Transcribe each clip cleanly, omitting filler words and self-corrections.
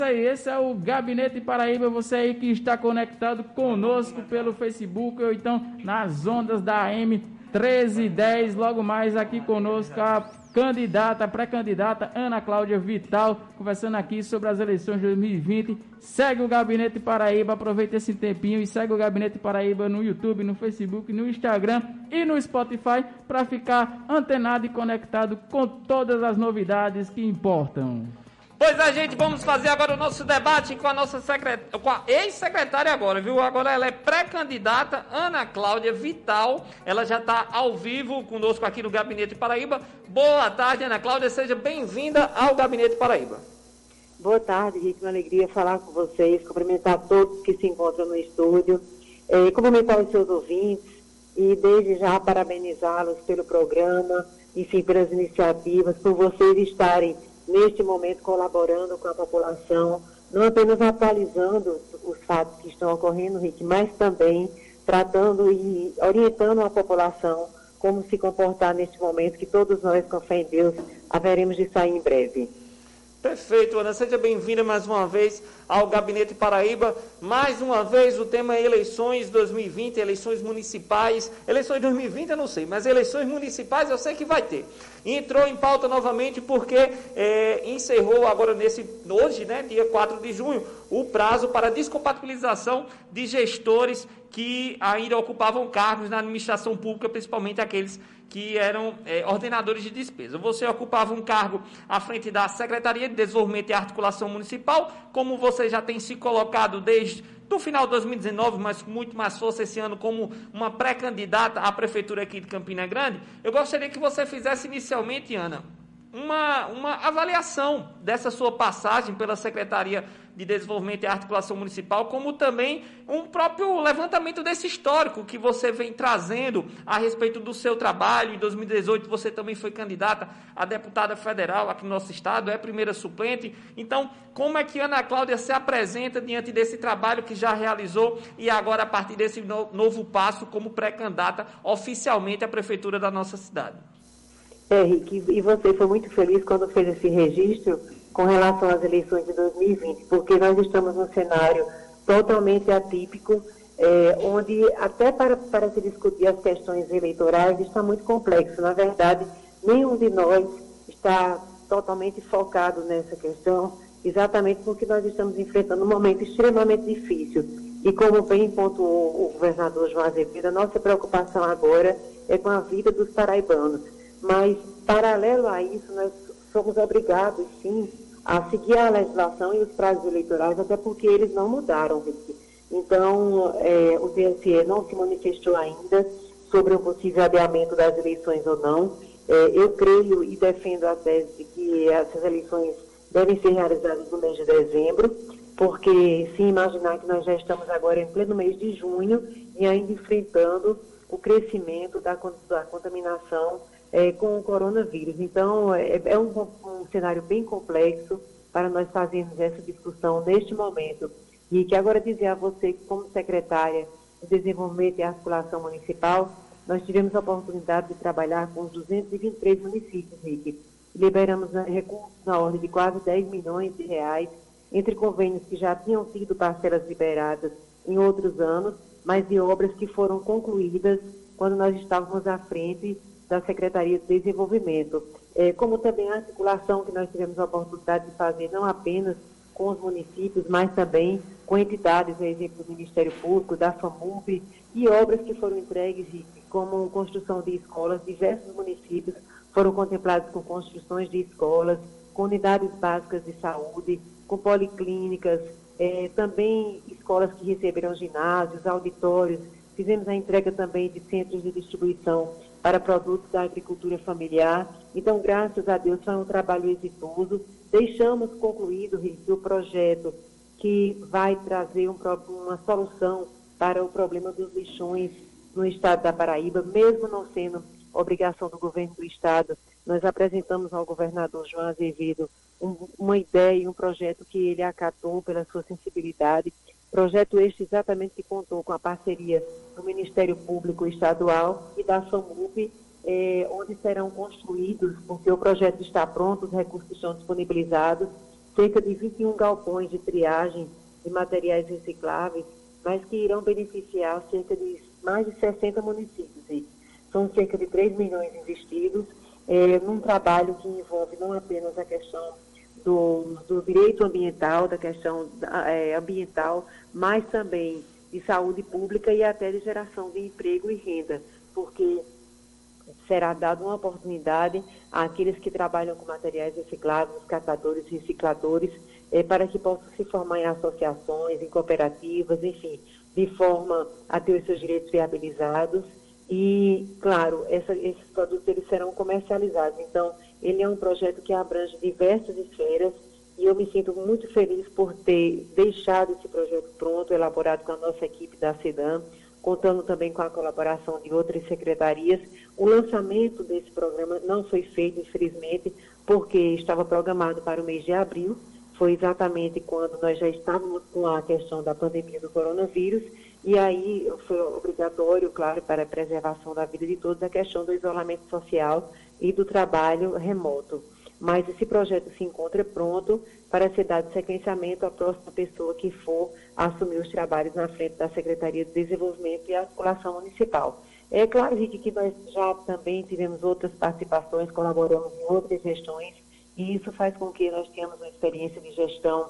Esse é o Gabinete Paraíba, você aí que está conectado conosco pelo Facebook ou então nas ondas da AM 1310, logo mais aqui conosco a pré-candidata Ana Cláudia Vital, conversando aqui sobre as eleições de 2020. Segue o Gabinete Paraíba, aproveita esse tempinho e segue o Gabinete Paraíba no YouTube, no Facebook, no Instagram e no Spotify para ficar antenado e conectado com todas as novidades que importam. Pois é, gente, vamos fazer agora o nosso debate com a nossa com a ex-secretária agora, viu? Agora ela é pré-candidata, Ana Cláudia Vital. Ela já está ao vivo conosco aqui no Gabinete Paraíba. Boa tarde, Ana Cláudia, seja bem-vinda ao Gabinete Paraíba. Boa tarde, Rick, uma alegria falar com vocês, cumprimentar todos que se encontram no estúdio, cumprimentar os seus ouvintes e desde já parabenizá-los pelo programa, enfim, pelas iniciativas, por vocês estarem neste momento colaborando com a população, não apenas atualizando os fatos que estão ocorrendo, Rick, mas também tratando e orientando a população como se comportar neste momento, que todos nós, com fé em Deus, haveremos de sair em breve. Perfeito, Ana. Seja bem-vinda mais uma vez ao Gabinete Paraíba. Mais uma vez, o tema é eleições 2020, eleições municipais. Eleições 2020 eu não sei, mas eleições municipais eu sei que vai ter. Entrou em pauta novamente porque encerrou agora hoje, né, dia 4 de junho, o prazo para descompatibilização de gestores que ainda ocupavam cargos na administração pública, principalmente aqueles que eram ordenadores de despesa. Você ocupava um cargo à frente da Secretaria de Desenvolvimento e Articulação Municipal, como você já tem se colocado desde o final de 2019, mas com muito mais força esse ano como uma pré-candidata à Prefeitura aqui de Campina Grande. Eu gostaria que você fizesse inicialmente, Ana, uma avaliação dessa sua passagem pela Secretaria de Desenvolvimento e Articulação Municipal, como também um próprio levantamento desse histórico que você vem trazendo a respeito do seu trabalho. Em 2018 você também foi candidata a deputada federal aqui no nosso estado, é primeira suplente. Então, como é que Ana Cláudia se apresenta diante desse trabalho que já realizou e agora a partir desse novo passo como pré-candidata oficialmente à Prefeitura da nossa cidade? Rick, e você foi muito feliz quando fez esse registro com relação às eleições de 2020, porque nós estamos num cenário totalmente atípico, onde até para se discutir as questões eleitorais está muito complexo. Na verdade, nenhum de nós está totalmente focado nessa questão, exatamente porque nós estamos enfrentando um momento extremamente difícil. E como bem pontuou o governador João Azevedo, a nossa preocupação agora é com a vida dos paraibanos. Mas, paralelo a isso, nós somos obrigados, sim, a seguir a legislação e os prazos eleitorais, até porque eles não mudaram, Rick. Então, o TSE não se manifestou ainda sobre o possível adiamento das eleições ou não. Eu creio e defendo a tese de que essas eleições devem ser realizadas no mês de dezembro, porque se imaginar que nós já estamos agora em pleno mês de junho e ainda enfrentando o crescimento da contaminação com o coronavírus. Então, é um cenário bem complexo para nós fazermos essa discussão neste momento. E que agora dizer a você que, como secretária de Desenvolvimento e Articulação Municipal, nós tivemos a oportunidade de trabalhar com os 223 municípios, Rick. Liberamos recursos na ordem de quase 10 milhões de reais, entre convênios que já tinham sido parcelas liberadas em outros anos, mas de obras que foram concluídas quando nós estávamos à frente da Secretaria de Desenvolvimento, como também a articulação que nós tivemos a oportunidade de fazer, não apenas com os municípios, mas também com entidades, por exemplo, do Ministério Público, da FAMUP, e obras que foram entregues, como construção de escolas. Diversos municípios foram contemplados com construções de escolas, com unidades básicas de saúde, com policlínicas, também escolas que receberam ginásios, auditórios. Fizemos a entrega também de centros de distribuição para produtos da agricultura familiar. Então, graças a Deus, foi um trabalho exitoso. Deixamos concluído, Rick, o projeto que vai trazer uma solução para o problema dos lixões no estado da Paraíba, mesmo não sendo obrigação do governo do estado. Nós apresentamos ao governador João Azevedo uma ideia e um projeto que ele acatou pela sua sensibilidade. Projeto este exatamente que contou com a parceria do Ministério Público Estadual e da FAMUP, onde serão construídos, porque o projeto está pronto, os recursos estão disponibilizados, cerca de 21 galpões de triagem de materiais recicláveis, mas que irão beneficiar cerca de mais de 60 municípios. E são cerca de 3 milhões investidos num trabalho que envolve não apenas a questão do direito ambiental, da questão ambiental, mas também de saúde pública e até de geração de emprego e renda, porque será dada uma oportunidade àqueles que trabalham com materiais recicláveis, catadores, recicladores, para que possam se formar em associações, em cooperativas, enfim, de forma a ter os seus direitos viabilizados. E, claro, esses produtos eles serão comercializados. Então, ele é um projeto que abrange diversas esferas e eu me sinto muito feliz por ter deixado esse projeto pronto, elaborado com a nossa equipe da SEDAM, contando também com a colaboração de outras secretarias. O lançamento desse programa não foi feito, infelizmente, porque estava programado para o mês de abril. Foi exatamente quando nós já estávamos com a questão da pandemia do coronavírus, e aí foi obrigatório, claro, para a preservação da vida de todos, a questão do isolamento social e do trabalho remoto. Mas esse projeto se encontra pronto para ser dado sequenciamento à próxima pessoa que for assumir os trabalhos na frente da Secretaria de Desenvolvimento e Articulação Municipal. É claro, Rick, que nós já também tivemos outras participações, colaboramos em outras gestões, e isso faz com que nós tenhamos uma experiência de gestão,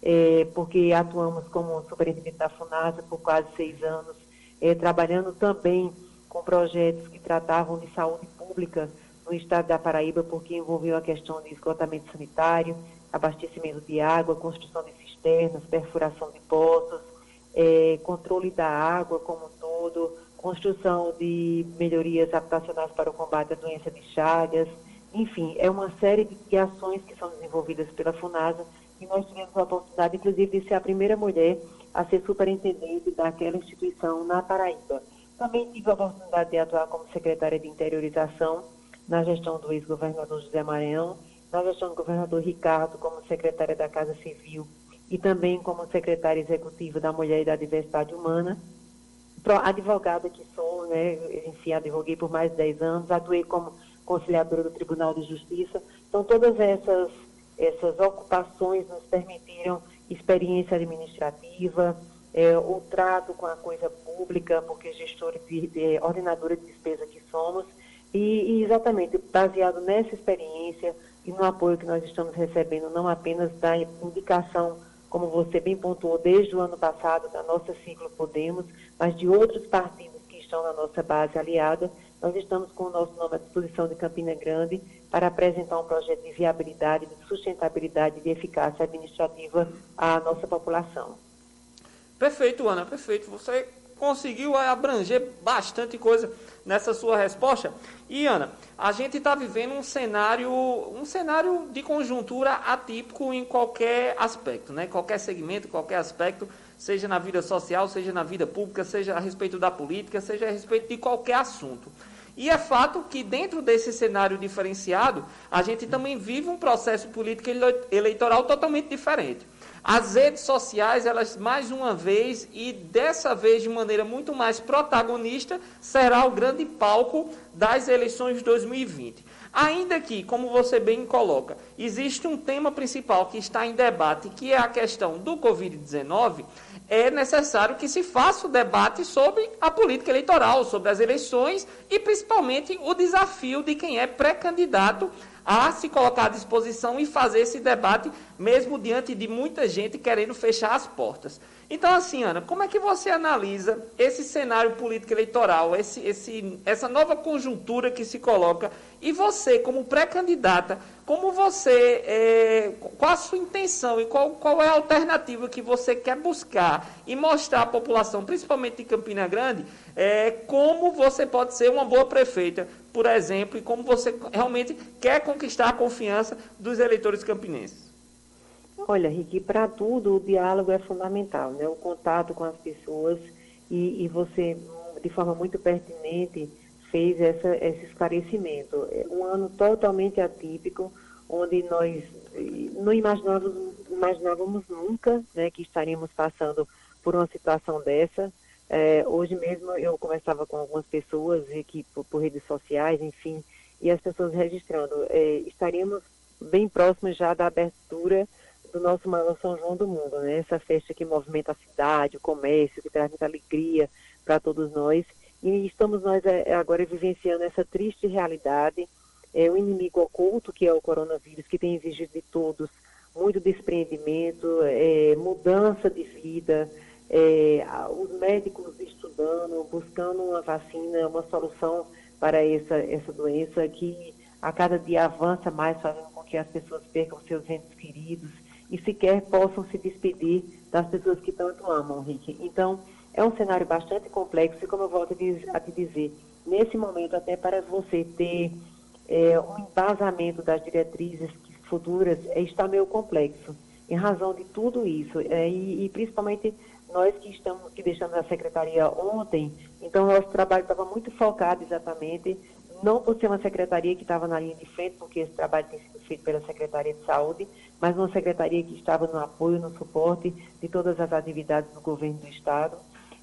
porque atuamos como superintendente da FUNASA por quase 6 anos, trabalhando também com projetos que tratavam de saúde pública no estado da Paraíba, porque envolveu a questão de esgotamento sanitário, abastecimento de água, construção de cisternas, perfuração de poços, controle da água como um todo, construção de melhorias habitacionais para o combate à doença de Chagas. Enfim, é uma série de ações que são desenvolvidas pela FUNASA e nós tivemos a oportunidade, inclusive, de ser a primeira mulher a ser superintendente daquela instituição na Paraíba. Também tive a oportunidade de atuar como secretária de interiorização na gestão do ex-governador José Maranhão, na gestão do governador Ricardo como secretária da Casa Civil e também como secretária executiva da Mulher e da Diversidade Humana. Advogada que sou, né, enfim, advoguei por mais de 10 anos, atuei como conciliadora do Tribunal de Justiça. Então, todas essas ocupações nos permitiram experiência administrativa, o trato com a coisa pública, porque gestora ordenadora de despesa que somos, e exatamente baseado nessa experiência e no apoio que nós estamos recebendo, não apenas da indicação, como você bem pontuou, desde o ano passado, da nossa Ciclo Podemos, mas de outros partidos que estão na nossa base aliada. Nós estamos com o nosso nome à disposição de Campina Grande para apresentar um projeto de viabilidade, de sustentabilidade e de eficácia administrativa à nossa população. Perfeito, Ana, perfeito. Você conseguiu abranger bastante coisa nessa sua resposta. E, Ana, a gente está vivendo um cenário de conjuntura atípico em qualquer aspecto, né? Qualquer segmento, qualquer aspecto, seja na vida social, seja na vida pública, seja a respeito da política, seja a respeito de qualquer assunto. E é fato que dentro desse cenário diferenciado, a gente também vive um processo político eleitoral totalmente diferente. As redes sociais, elas mais uma vez, e dessa vez de maneira muito mais protagonista, será o grande palco das eleições de 2020. Ainda que, como você bem coloca, existe um tema principal que está em debate, que é a questão do Covid-19, é necessário que se faça o debate sobre a política eleitoral, sobre as eleições e principalmente o desafio de quem é pré-candidato a se colocar à disposição e fazer esse debate, mesmo diante de muita gente querendo fechar as portas. Então, assim, Ana, como é que você analisa esse cenário político eleitoral, essa nova conjuntura que se coloca, e você, como pré-candidata, como você, qual a sua intenção e qual é a alternativa que você quer buscar e mostrar à população, principalmente de Campina Grande, como você pode ser uma boa prefeita, por exemplo, e como você realmente quer conquistar a confiança dos eleitores campinenses? Olha, Ricky, para tudo o diálogo é fundamental, né? O contato com as pessoas e você, de forma muito pertinente, fez esse esclarecimento. É um ano totalmente atípico, onde nós não imaginávamos nunca, né, que estaríamos passando por uma situação dessa. Hoje mesmo eu conversava com algumas pessoas aqui por redes sociais, enfim, e as pessoas registrando. Estaríamos bem próximos já da abertura do nosso maior São João do mundo, né? Essa festa que movimenta a cidade, o comércio, que traz muita alegria para todos nós. E estamos nós agora vivenciando essa triste realidade, o inimigo oculto, que é o coronavírus, que tem exigido de todos muito despreendimento, mudança de vida, os médicos estudando, buscando uma vacina, uma solução para essa doença que a cada dia avança mais, fazendo com que as pessoas percam seus entes queridos e sequer possam se despedir das pessoas que tanto amam, Rick. Então, é um cenário bastante complexo e, como eu volto a te dizer, nesse momento, até para você ter um embasamento das diretrizes futuras, está meio complexo, em razão de tudo isso. E principalmente nós que deixamos a secretaria ontem, então nosso trabalho estava muito focado exatamente, não por ser uma secretaria que estava na linha de frente, porque esse trabalho tem sido feito pela Secretaria de Saúde, mas uma secretaria que estava no apoio, no suporte de todas as atividades do governo do Estado.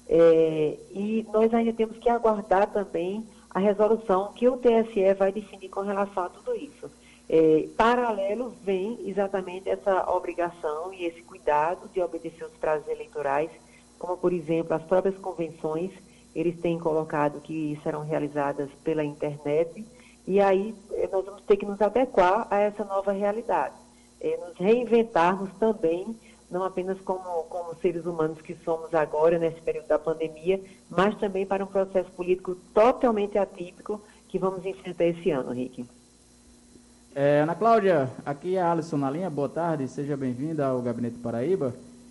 E nós ainda temos que aguardar também a resolução que o TSE vai definir com relação a tudo isso. Paralelo vem exatamente essa obrigação e esse cuidado de obedecer os prazos eleitorais, como, por exemplo, as próprias convenções, eles têm colocado que serão realizadas pela internet, e aí nós vamos ter que nos adequar a essa nova realidade, nos reinventarmos também, não apenas como seres humanos que somos agora, nesse período da pandemia, mas também para um processo político totalmente atípico que vamos enfrentar esse ano, Rick. Ana Cláudia, aqui é Alisson na linha, boa tarde, seja bem-vinda ao Gabinete Paraíba.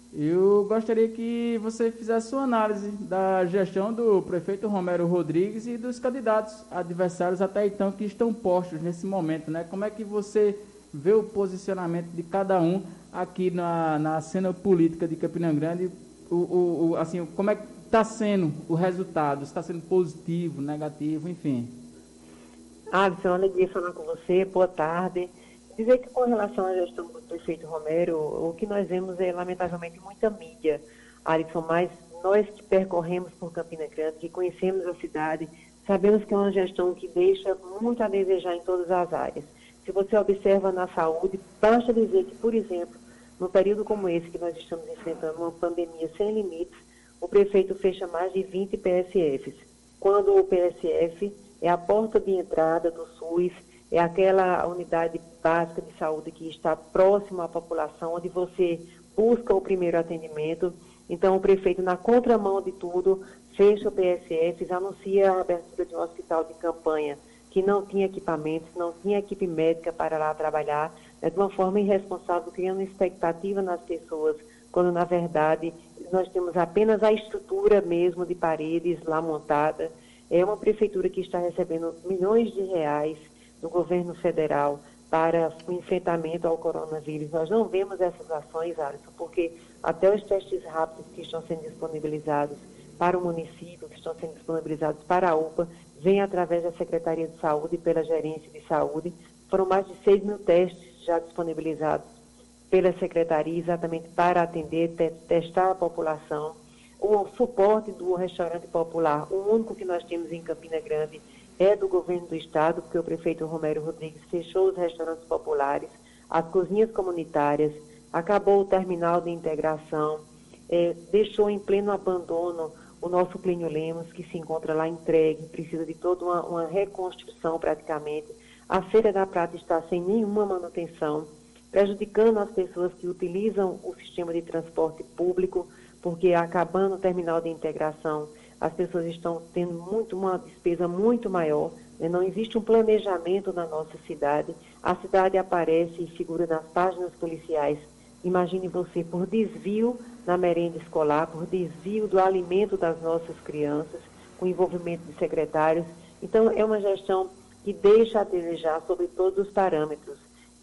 Eu gostaria que você fizesse sua análise da gestão do prefeito Romero Rodrigues e dos candidatos adversários até então que estão postos nesse momento, né? Como é que você vê o posicionamento de cada um aqui na cena política de Campina Grande? Assim, como é que está sendo o resultado? Está sendo positivo, negativo, enfim? Alisson, alegria falar com você, boa tarde. Dizer que com relação à gestão do prefeito Romero, o que nós vemos é, lamentavelmente, muita mídia, Alisson, mas nós que percorremos por Campina Grande, que conhecemos a cidade, sabemos que é uma gestão que deixa muito a desejar em todas as áreas. Se você observa na saúde, basta dizer que, por exemplo, num período como esse que nós estamos enfrentando, uma pandemia sem limites, o prefeito fecha mais de 20 PSFs, quando o PSF é a porta de entrada do SUS, é aquela unidade básica de saúde que está próxima à população, onde você busca o primeiro atendimento. Então, o prefeito, na contramão de tudo, fecha o PSF, anuncia a abertura de um hospital de campanha que não tinha equipamentos, não tinha equipe médica para lá trabalhar, de uma forma irresponsável, criando expectativa nas pessoas, quando, na verdade, nós temos apenas a estrutura mesmo de paredes lá montada. É uma prefeitura que está recebendo milhões de reais do governo federal para o enfrentamento ao coronavírus. Nós não vemos essas ações, Alisson, porque até os testes rápidos que estão sendo disponibilizados para o município, que estão sendo disponibilizados para a UPA, vêm através da Secretaria de Saúde e pela Gerência de Saúde. Foram mais de 6 mil testes já disponibilizados pela Secretaria, exatamente para atender, testar a população. O suporte do restaurante popular, o único que nós temos em Campina Grande, é do governo do Estado, porque o prefeito Romero Rodrigues fechou os restaurantes populares, as cozinhas comunitárias, acabou o terminal de integração, deixou em pleno abandono o nosso Plínio Lemos, que se encontra lá entregue, precisa de toda uma reconstrução praticamente. A Feira da Prata está sem nenhuma manutenção, prejudicando as pessoas que utilizam o sistema de transporte público, porque acabando o terminal de integração, as pessoas estão tendo uma despesa muito maior, né? Não existe um planejamento na nossa cidade. A cidade aparece e figura nas páginas policiais. Imagine você, por desvio na merenda escolar, por desvio do alimento das nossas crianças, com envolvimento de secretários. Então, é uma gestão que deixa a desejar sobre todos os parâmetros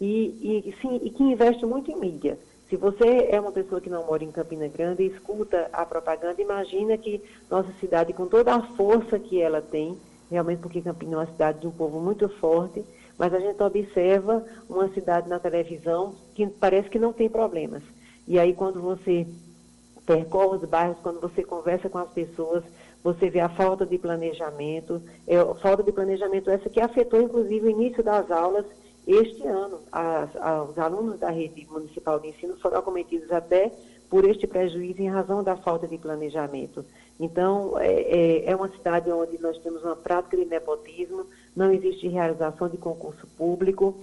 e que investe muito em mídia. Se você é uma pessoa que não mora em Campina Grande e escuta a propaganda, imagina que nossa cidade, com toda a força que ela tem, realmente porque Campina é uma cidade de um povo muito forte, mas a gente observa uma cidade na televisão que parece que não tem problemas. E aí, quando você percorre os bairros, quando você conversa com as pessoas, você vê a falta de planejamento essa que afetou, inclusive, o início das aulas Este ano, os alunos da rede municipal de ensino foram acometidos até por este prejuízo em razão da falta de planejamento. Então, é uma cidade onde nós temos uma prática de nepotismo, não existe realização de concurso público,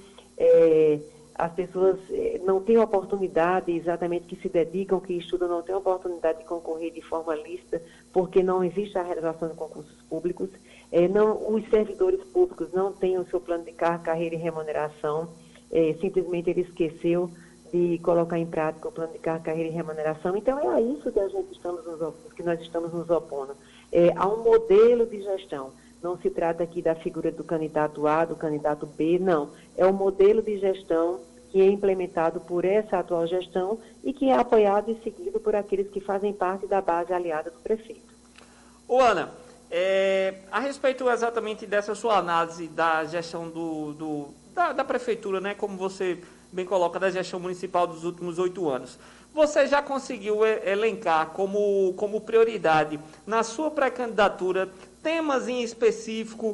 as pessoas não têm oportunidade, exatamente, que se dedicam, que estudam, não têm oportunidade de concorrer de forma lícita, porque não existe a realização de concursos públicos. Os servidores públicos não têm o seu plano de carreira e remuneração, simplesmente ele esqueceu de colocar em prática o plano de carreira e remuneração. Então, é a isso que nós estamos nos opondo. A um modelo de gestão. Não se trata aqui da figura do candidato A, do candidato B, não. É um modelo de gestão que é implementado por essa atual gestão e que é apoiado e seguido por aqueles que fazem parte da base aliada do prefeito. Ana, a respeito exatamente dessa sua análise da gestão da prefeitura, né, como você bem coloca, da gestão municipal dos últimos 8 anos, você já conseguiu elencar como prioridade na sua pré-candidatura temas em específico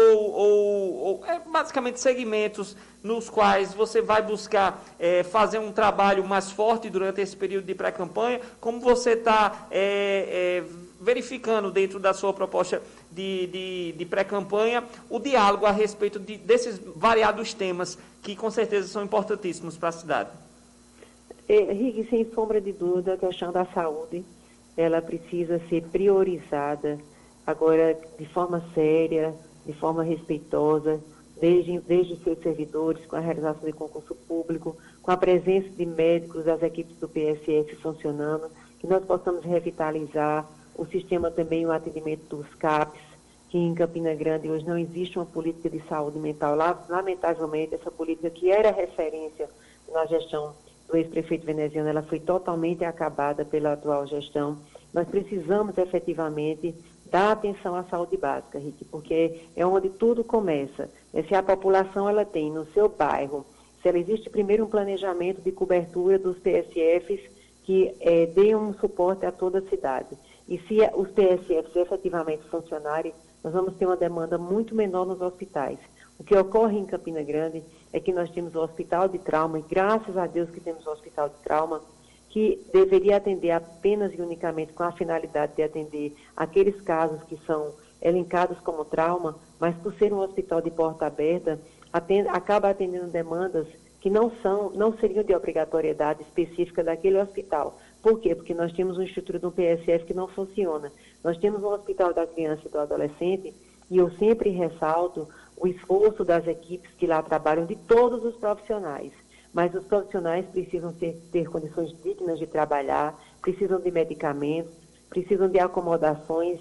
ou basicamente segmentos nos quais você vai buscar fazer um trabalho mais forte durante esse período de pré-campanha? Como você está verificando dentro da sua proposta de pré-campanha o diálogo a respeito desses variados temas que com certeza são importantíssimos para a cidade? Rick, sem sombra de dúvida, a questão da saúde, ela precisa ser priorizada agora de forma séria, de forma respeitosa, desde os seus servidores, com a realização de concurso público, com a presença de médicos das equipes do PSF funcionando, que nós possamos revitalizar o sistema também, o atendimento dos CAPs, que em Campina Grande hoje não existe uma política de saúde mental. Lamentavelmente, essa política que era referência na gestão do ex-prefeito veneziano, ela foi totalmente acabada pela atual gestão. Nós precisamos efetivamente dar atenção à saúde básica, Rick, porque é onde tudo começa. Se a população ela tem no seu bairro, se ela existe primeiro um planejamento de cobertura dos PSFs que dê um suporte a toda a cidade. E se os PSFs efetivamente funcionarem, nós vamos ter uma demanda muito menor nos hospitais. O que ocorre em Campina Grande é que nós temos o hospital de trauma, e graças a Deus que temos o hospital de trauma, que deveria atender apenas e unicamente com a finalidade de atender aqueles casos que são elencados como trauma, mas por ser um hospital de porta aberta, acaba atendendo demandas que não seriam de obrigatoriedade específica daquele hospital. Por quê? Porque nós temos uma estrutura do PSF que não funciona. Nós temos um hospital da criança e do adolescente, e eu sempre ressalto o esforço das equipes que lá trabalham, de todos os profissionais. Mas os profissionais precisam ter condições dignas de trabalhar, precisam de medicamentos, precisam de acomodações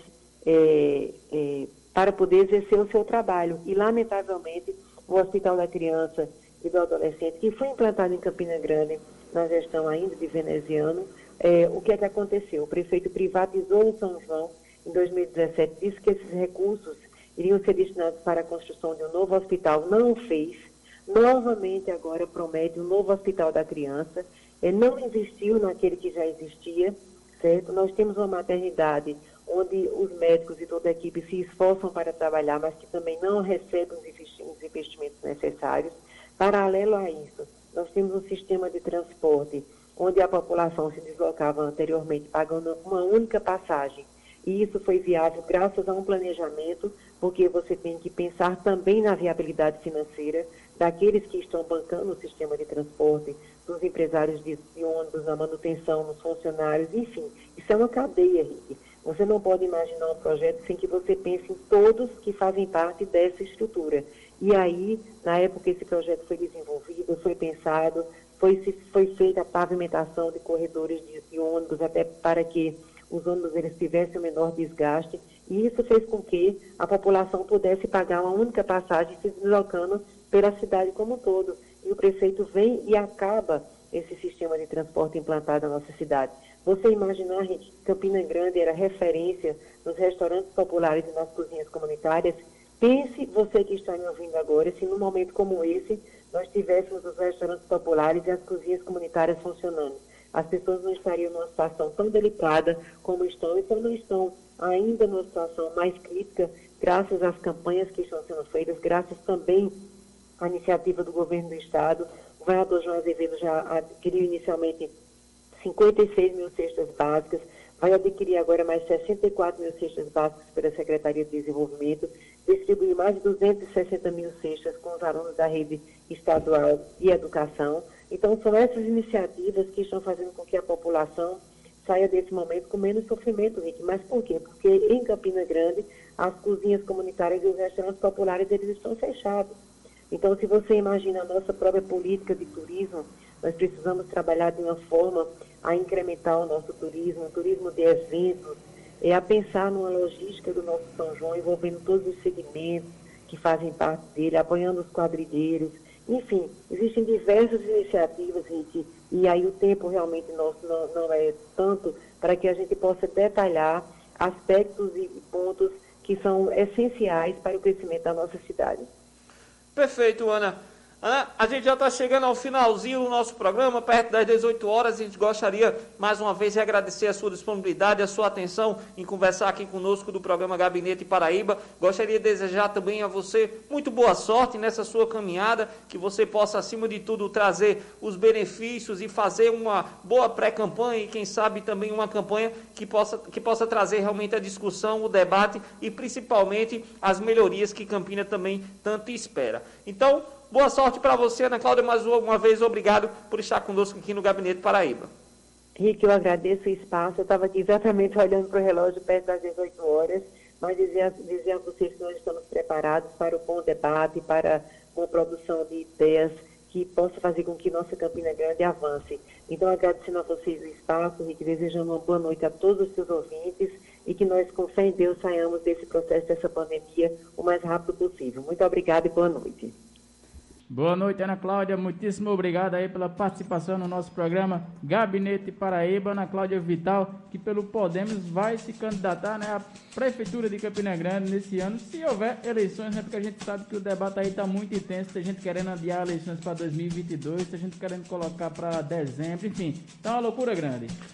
para poder exercer o seu trabalho. E, lamentavelmente, o Hospital da Criança e do Adolescente, que foi implantado em Campina Grande, na gestão ainda de veneziano, o que é que aconteceu? O prefeito privatizou o São João em 2017, disse que esses recursos iriam ser destinados para a construção de um novo hospital, não o fez. Novamente agora promete um novo hospital da criança, não investiu naquele que já existia, certo? Nós temos uma maternidade onde os médicos e toda a equipe se esforçam para trabalhar, mas que também não recebem os investimentos necessários. Paralelo a isso, nós temos um sistema de transporte onde a população se deslocava anteriormente pagando uma única passagem. E isso foi viável graças a um planejamento, porque você tem que pensar também na viabilidade financeira daqueles que estão bancando o sistema de transporte, dos empresários de ônibus, na manutenção, nos funcionários, enfim. Isso é uma cadeia, Rick. Você não pode imaginar um projeto sem que você pense em todos que fazem parte dessa estrutura. E aí, na época que esse projeto foi desenvolvido, foi pensado, foi feita a pavimentação de corredores de ônibus, até para que os ônibus eles tivessem o menor desgaste, e isso fez com que a população pudesse pagar uma única passagem se deslocando pela cidade como um todo. E o prefeito vem e acaba esse sistema de transporte implantado na nossa cidade. Você imaginar que Campina Grande era referência nos restaurantes populares e nas cozinhas comunitárias? Pense, você que está me ouvindo agora, se num momento como esse nós tivéssemos os restaurantes populares e as cozinhas comunitárias funcionando. As pessoas não estariam numa situação tão delicada como estão, e só não estão ainda numa situação mais crítica, graças às campanhas que estão sendo feitas, graças também a iniciativa do governo do Estado. O vereador João Azevedo já adquiriu inicialmente 56 mil cestas básicas, vai adquirir agora mais 64 mil cestas básicas pela Secretaria de Desenvolvimento, distribuir mais de 260 mil cestas com os alunos da rede estadual de educação. Então, são essas iniciativas que estão fazendo com que a população saia desse momento com menos sofrimento, Rick. Mas por quê? Porque em Campina Grande, as cozinhas comunitárias e os restaurantes populares, eles estão fechados. Então, se você imagina a nossa própria política de turismo, nós precisamos trabalhar de uma forma a incrementar o nosso turismo, um turismo de eventos, a pensar numa logística do nosso São João, envolvendo todos os segmentos que fazem parte dele, apoiando os quadrilheiros. Enfim, existem diversas iniciativas, Rick, e aí o tempo realmente nosso não é tanto para que a gente possa detalhar aspectos e pontos que são essenciais para o crescimento da nossa cidade. Perfeito, Ana. Ana, a gente já está chegando ao finalzinho do nosso programa, perto das 18 horas. A gente gostaria, mais uma vez, de agradecer a sua disponibilidade, a sua atenção em conversar aqui conosco do programa Gabinete Paraíba. Gostaria de desejar também a você muito boa sorte nessa sua caminhada, que você possa, acima de tudo, trazer os benefícios e fazer uma boa pré-campanha e, quem sabe, também uma campanha que possa trazer realmente a discussão, o debate e, principalmente, as melhorias que Campina também tanto espera. Então, boa sorte para você, Ana Cláudia, mais uma vez, obrigado por estar conosco aqui no Gabinete Paraíba. Rick, eu agradeço o espaço. Eu estava aqui exatamente olhando para o relógio perto das 18 horas, mas dizer a vocês que nós estamos preparados para o bom debate, para uma produção de ideias que possa fazer com que nossa Campina Grande avance. Então, agradecendo a vocês o espaço, Rick, desejando uma boa noite a todos os seus ouvintes e que nós, com fé em Deus, saiamos desse processo, dessa pandemia, o mais rápido possível. Muito obrigada e boa noite. Boa noite, Ana Cláudia. Muitíssimo obrigado aí pela participação no nosso programa Gabinete Paraíba. Ana Cláudia Vital, que pelo Podemos vai se candidatar, né, à Prefeitura de Campina Grande nesse ano, se houver eleições, né, porque a gente sabe que o debate aí está muito intenso, tem gente querendo adiar eleições para 2022, tem gente querendo colocar para dezembro, enfim, tá uma loucura grande.